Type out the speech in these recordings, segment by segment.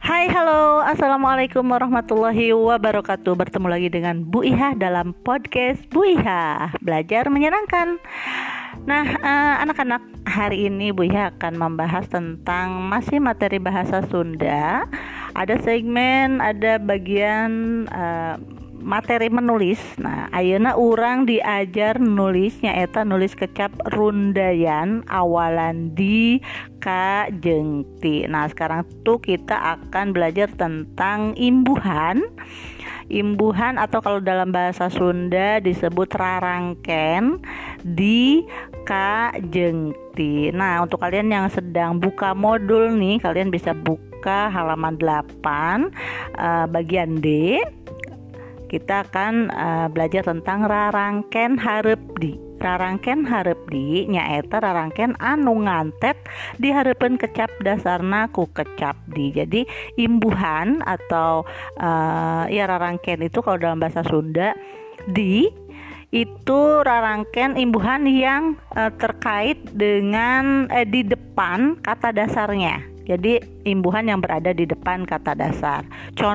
Hai, halo, assalamualaikum warahmatullahi wabarakatuh. Bertemu lagi dengan Bu Iha dalam podcast Bu Iha Belajar Menyenangkan. Nah, anak-anak, hari ini Bu Iha akan membahas tentang masih materi bahasa Sunda. Ada segmen, ada bagian materi menulis. Nah, ayeuna urang diajar nulisnya eta nulis kecap rundayan awalan di ka jeung ti. Nah, sekarang tuh kita akan belajar tentang imbuhan. Imbuhan atau kalau dalam bahasa Sunda disebut rarangken di ka jeung ti. Nah, untuk kalian yang sedang buka modul nih, kalian bisa buka halaman 8 bagian D. Kita akan belajar tentang rarangken hareup di. Rarangken hareup di nyaeta rarangken anu ngantet dihareupeun kecap dasarna ku kecap di. Jadi imbuhan atau rarangken itu kalau dalam bahasa Sunda di itu rarangken imbuhan yang terkait dengan di depan kata dasarnya. Jadi imbuhan yang berada di depan kata dasar.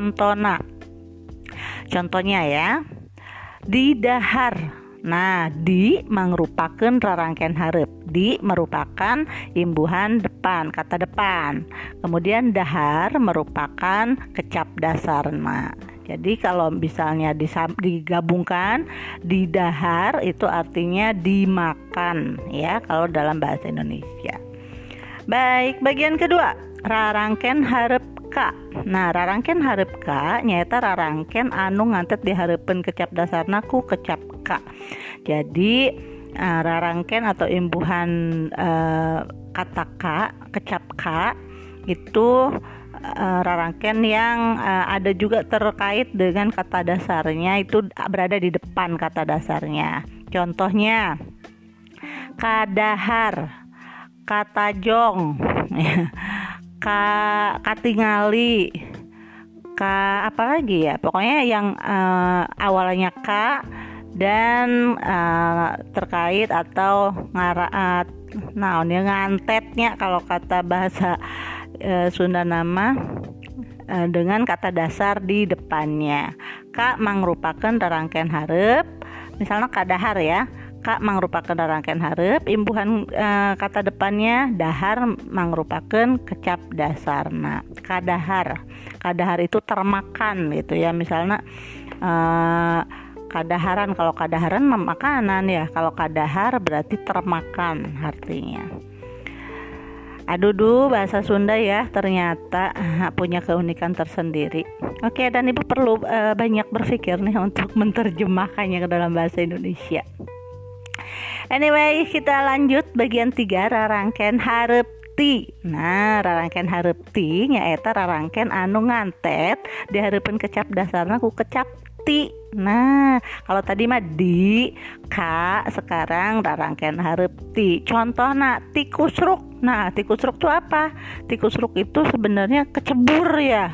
Contohnya ya, di dahar. Nah, di mangrupakeun rarangken hareup. Di merupakan imbuhan depan, kata depan. Kemudian dahar merupakan kecap dasarna. Jadi kalau misalnya digabungkan, di dahar itu artinya dimakan ya kalau dalam bahasa Indonesia. Baik, bagian kedua, rarangken hareup ka. Nah, rarangken hareup ka nyaeta rarangken anu ngantet dihareupeun kecap dasarna ku kecap ka. Jadi rarangken atau imbuhan kata ka, kecap ka itu rarangken yang ada juga terkait dengan kata dasarnya, itu berada di depan kata dasarnya. Contohnya kadahar, katajong, katingali, apa lagi ya, pokoknya yang awalnya ka dan terkait atau ngantetnya kalau kata bahasa Sunda nama dengan kata dasar di depannya. Ka mangrupakeun rarangken hareup, misalnya kadahar ya, ka mangrupakeun rarangken hareup, imbuhan kata depannya dahar mangrupakeun kecap dasarna. Kadahar itu termakan gitu ya, misalnya kadaharan, kalau kadaharan makanan ya, kalau kadahar berarti termakan artinya. Aduh, bahasa Sunda ya ternyata punya keunikan tersendiri. Oke, dan Ibu perlu banyak berpikir nih untuk menerjemahkannya ke dalam bahasa Indonesia. Anyway, kita lanjut bagian 3, rarangken hareup ti. Nah, rarangken hareup ti nyaeta rarangken anu ngantet dihareupeun kecap dasarna ku kecap ti. Nah, kalau tadi mah di ka, sekarang rarangken hareup ti. Contohna tikusruk. Nah, tikusruk itu apa? Tikusruk itu sebenarnya kecebur ya.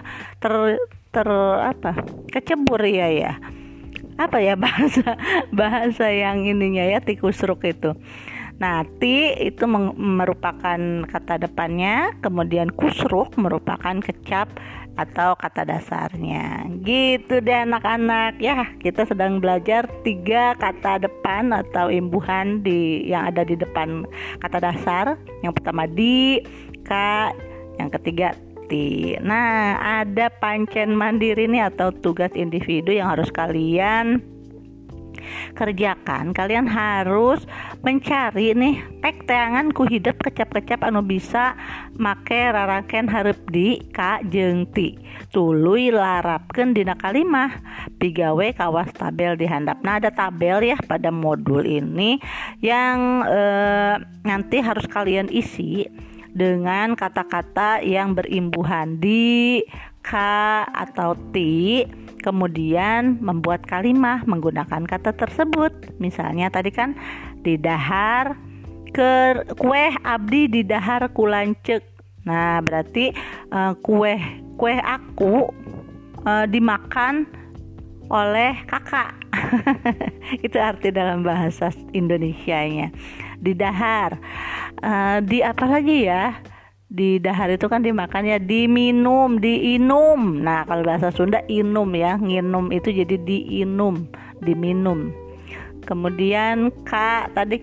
Kecebur ya. Apa ya bahasa yang ininya ya, tikusruk itu. Nah, ti itu merupakan kata depannya, kemudian kusruk merupakan kecap atau kata dasarnya. Gitu deh anak-anak ya, kita sedang belajar 3 kata depan atau imbuhan yang ada di depan kata dasar. Yang pertama di, ka, yang ketiga ti. Nah, ada pancen mandiri nih atau tugas individu yang harus kalian kerjakan. Kalian harus mencari nih pekteangan ku hidup kecap-kecap anu bisa make rarangken hareup di ka jeung ti. Tuluy larapkeun dina kalimah pigawe kawas tabel di handap. Nah, ada tabel ya pada modul ini yang nanti harus kalian isi dengan kata-kata yang berimbuhan di, ka, atau ti, kemudian membuat kalimah menggunakan kata tersebut. Misalnya tadi kan di dahar kueh abdi di dahar kulanceuk. Nah, berarti kueh aku dimakan oleh kakak. Itu arti dalam bahasa Indonesianya. Di dahar, di apa lagi ya? di dahar itu kan dimakan ya, diminum, diinum. Nah, kalau bahasa Sunda inum ya, nginum itu jadi diinum, diminum. Kemudian tadi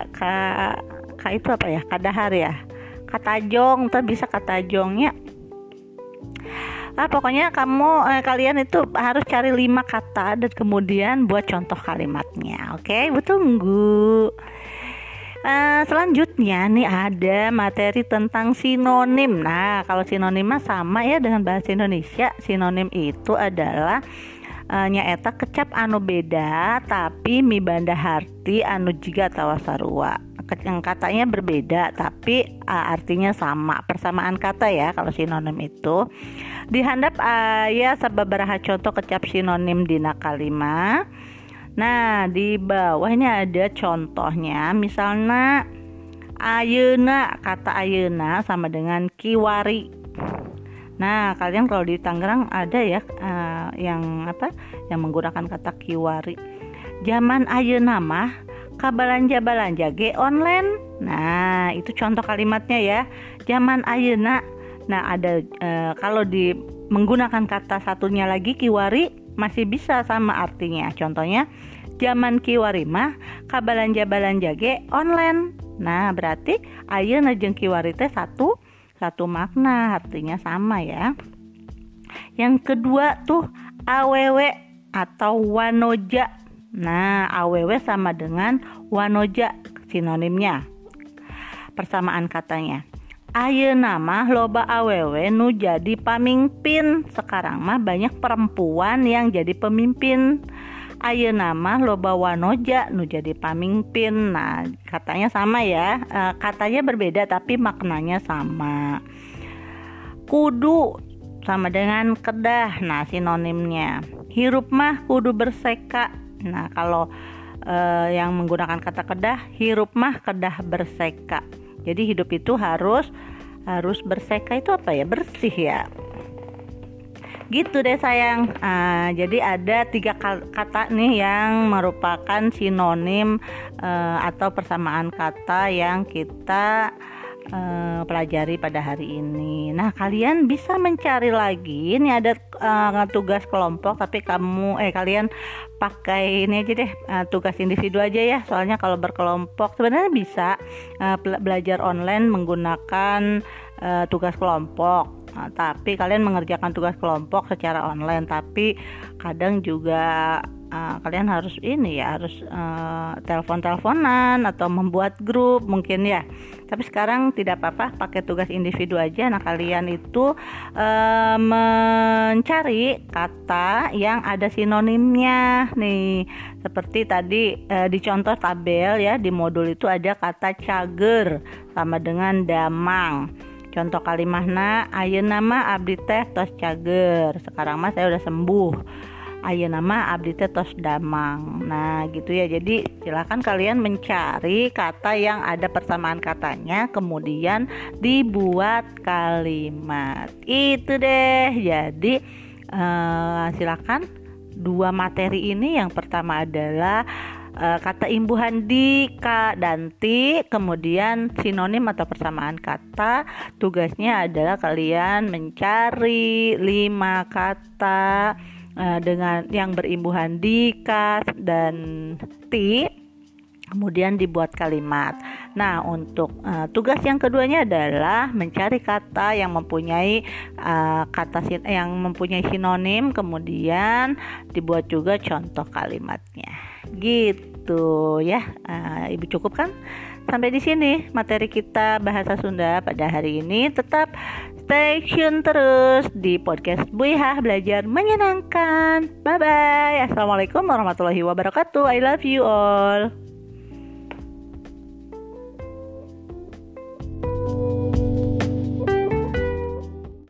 itu apa ya? Kadahar ya. Katajong, bisa katajongnya. Pokoknya kalian itu harus cari 5 kata dan kemudian buat contoh kalimatnya. Oke, tunggu. Selanjutnya nih ada materi tentang sinonim. Nah, kalau sinonim mah sama ya dengan bahasa Indonesia. Sinonim itu adalah nyaeta kecap anu beda tapi mibanda harti anu jiga tawa sarua. Katanya berbeda tapi artinya sama, persamaan kata ya kalau sinonim itu. Di handap aya sababaraha contoh kecap sinonim dina kalima. Nah, di bawah ini ada contohnya. Misalnya ayeuna, kata ayeuna sama dengan kiwari. Nah, kalian kalau di Tangerang ada ya yang menggunakan kata kiwari. Zaman ayeuna mah kabalanja-balanja ge online. Nah, itu contoh kalimatnya ya. Zaman ayeuna. Nah, ada kalau menggunakan kata satunya lagi kiwari masih bisa sama artinya. Contohnya zaman kiwari mah kabalanja-balanja ge online. Nah, berarti ayeuna jeung kiwari teh satu makna, artinya sama ya. Yang kedua tuh awewe atau wanoja. Nah, awewe sama dengan wanoja sinonimnya. Persamaan katanya. Ayeuna mah loba awewe nu jadi pamimpin. Sekarang mah banyak perempuan yang jadi pemimpin. Ayeuna mah loba wanoja nu jadi pamimpin. Nah, katanya sama ya. Katanya berbeda tapi maknanya sama. Kudu sama dengan kedah. Nah, sinonimnya. Hirup mah kudu berseka. Nah, kalau yang menggunakan kata kedah, hirup mah kedah berseka. Jadi hidup itu harus berseka, itu apa ya? Bersih ya. Gitu deh sayang. Jadi ada 3 kata nih yang merupakan sinonim atau persamaan kata yang kita pelajari pada hari ini. Nah, kalian bisa mencari lagi. Ini ada tugas kelompok, tapi kalian pakai ini aja deh, tugas individu aja ya. Soalnya kalau berkelompok sebenarnya bisa belajar online menggunakan tugas kelompok. Tapi kalian mengerjakan tugas kelompok secara online. Tapi kadang juga kalian harus telepon-teleponan atau membuat grup mungkin ya. Tapi sekarang tidak apa-apa, pakai tugas individu aja. Nah, kalian itu mencari kata yang ada sinonimnya nih. Seperti tadi di contoh tabel ya, di modul itu ada kata cager sama dengan damang. Contoh kalimahna, ayeuna mah abdi teh tos cager. Sekarang mah saya udah sembuh. Ayeuna mah abdi teh tos damang. Nah, gitu ya. Jadi silakan kalian mencari kata yang ada persamaan katanya, kemudian dibuat kalimat. Itu deh. Jadi silakan 2 materi ini. Yang pertama adalah kata imbuhan di, ka, dan ti, kemudian sinonim atau persamaan kata. Tugasnya adalah kalian mencari 5 kata dengan yang berimbuhan di, ka, dan ti, kemudian dibuat kalimat. Nah, untuk tugas yang keduanya adalah mencari kata yang mempunyai yang mempunyai sinonim, kemudian dibuat juga contoh kalimatnya. Gitu ya. Ibu cukup kan? Sampai di sini materi kita bahasa Sunda pada hari ini. Tetap stay tune terus di podcast Bu Iha, belajar menyenangkan. Bye bye. Assalamualaikum warahmatullahi wabarakatuh. I love you all.